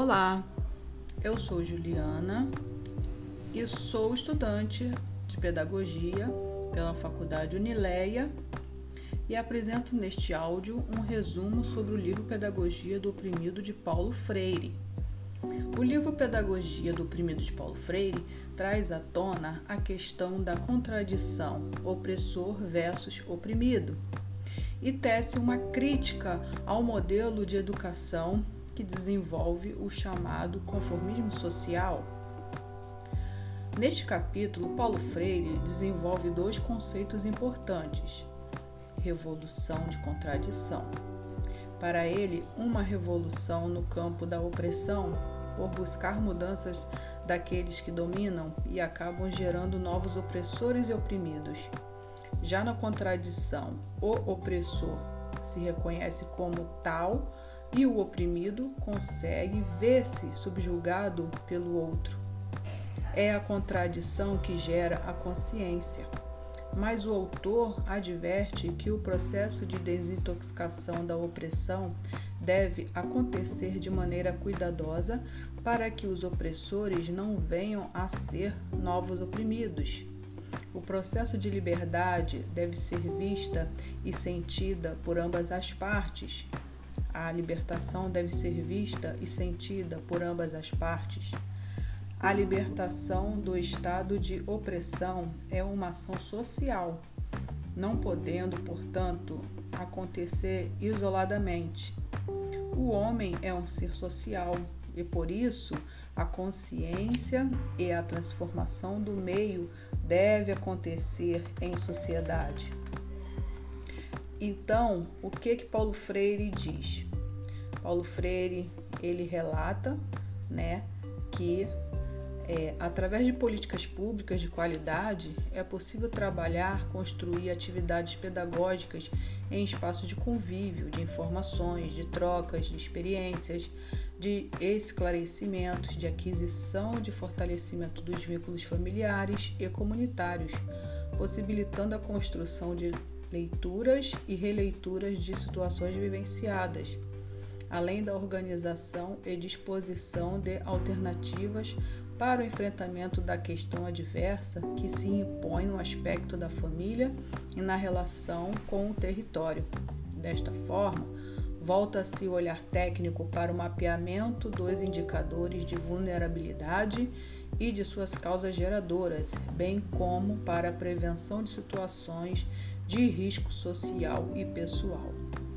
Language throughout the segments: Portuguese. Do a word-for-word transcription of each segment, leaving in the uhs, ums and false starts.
Olá, eu sou Juliana e sou estudante de Pedagogia pela Faculdade Unileia e apresento neste áudio um resumo sobre o livro Pedagogia do Oprimido de Paulo Freire. O livro Pedagogia do Oprimido de Paulo Freire traz à tona a questão da contradição opressor versus oprimido e tece uma crítica ao modelo de educação que desenvolve o chamado conformismo social. Neste capítulo, Paulo Freire desenvolve dois conceitos importantes: revolução de contradição. Para ele, uma revolução no campo da opressão, por buscar mudanças daqueles que dominam e acabam gerando novos opressores e oprimidos. Já na contradição, o opressor se reconhece como tal e o oprimido consegue ver-se subjugado pelo outro. É a contradição que gera a consciência. Mas o autor adverte que o processo de desintoxicação da opressão deve acontecer de maneira cuidadosa para que os opressores não venham a ser novos oprimidos. O processo de liberdade deve ser vista e sentida por ambas as partes. A libertação deve ser vista e sentida por ambas as partes. A libertação do estado de opressão é uma ação social, não podendo, portanto, acontecer isoladamente. O homem é um ser social e, por isso, a consciência e a transformação do meio deve acontecer em sociedade. Então, o que que Paulo Freire diz? Paulo Freire, ele relata, né, que é, através de políticas públicas de qualidade é possível trabalhar, construir atividades pedagógicas em espaços de convívio, de informações, de trocas, de experiências, de esclarecimentos, de aquisição, de fortalecimento dos vínculos familiares e comunitários, possibilitando a construção de leituras e releituras de situações vivenciadas, além da organização e disposição de alternativas para o enfrentamento da questão adversa que se impõe no aspecto da família e na relação com o território. Desta forma, volta-se o olhar técnico para o mapeamento dos indicadores de vulnerabilidade e de suas causas geradoras, bem como para a prevenção de situações de risco social e pessoal.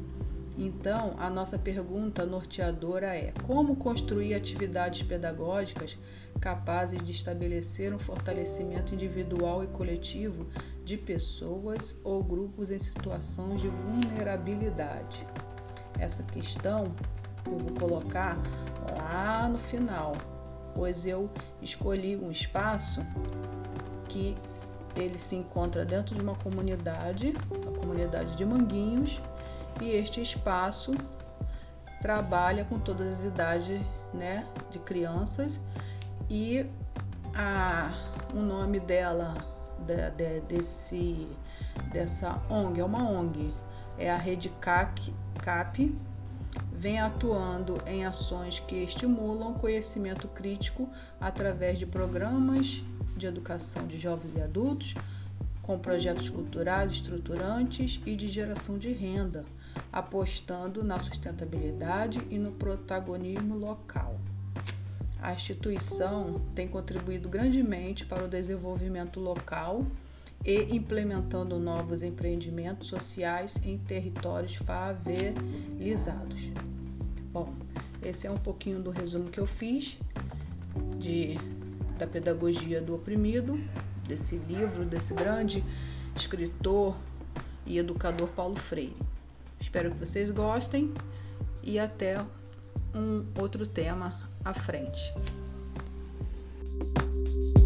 Então, a nossa pergunta norteadora é: como construir atividades pedagógicas capazes de estabelecer um fortalecimento individual e coletivo de pessoas ou grupos em situações de vulnerabilidade? Essa questão eu vou colocar lá no final, pois eu escolhi um espaço que ele se encontra dentro de uma comunidade, a comunidade de Manguinhos, e este espaço trabalha com todas as idades, né, de crianças, e a, o nome dela, de, de, desse, dessa O N G, é uma O N G, é a Rede C A P, vem atuando em ações que estimulam o conhecimento crítico através de programas de educação de jovens e adultos, com projetos culturais estruturantes e de geração de renda, apostando na sustentabilidade e no protagonismo local. A instituição tem contribuído grandemente para o desenvolvimento local e implementando novos empreendimentos sociais em territórios favelizados. Bom, esse é um pouquinho do resumo que eu fiz de, da Pedagogia do Oprimido, desse livro, desse grande escritor e educador Paulo Freire. Espero que vocês gostem e até um outro tema à frente.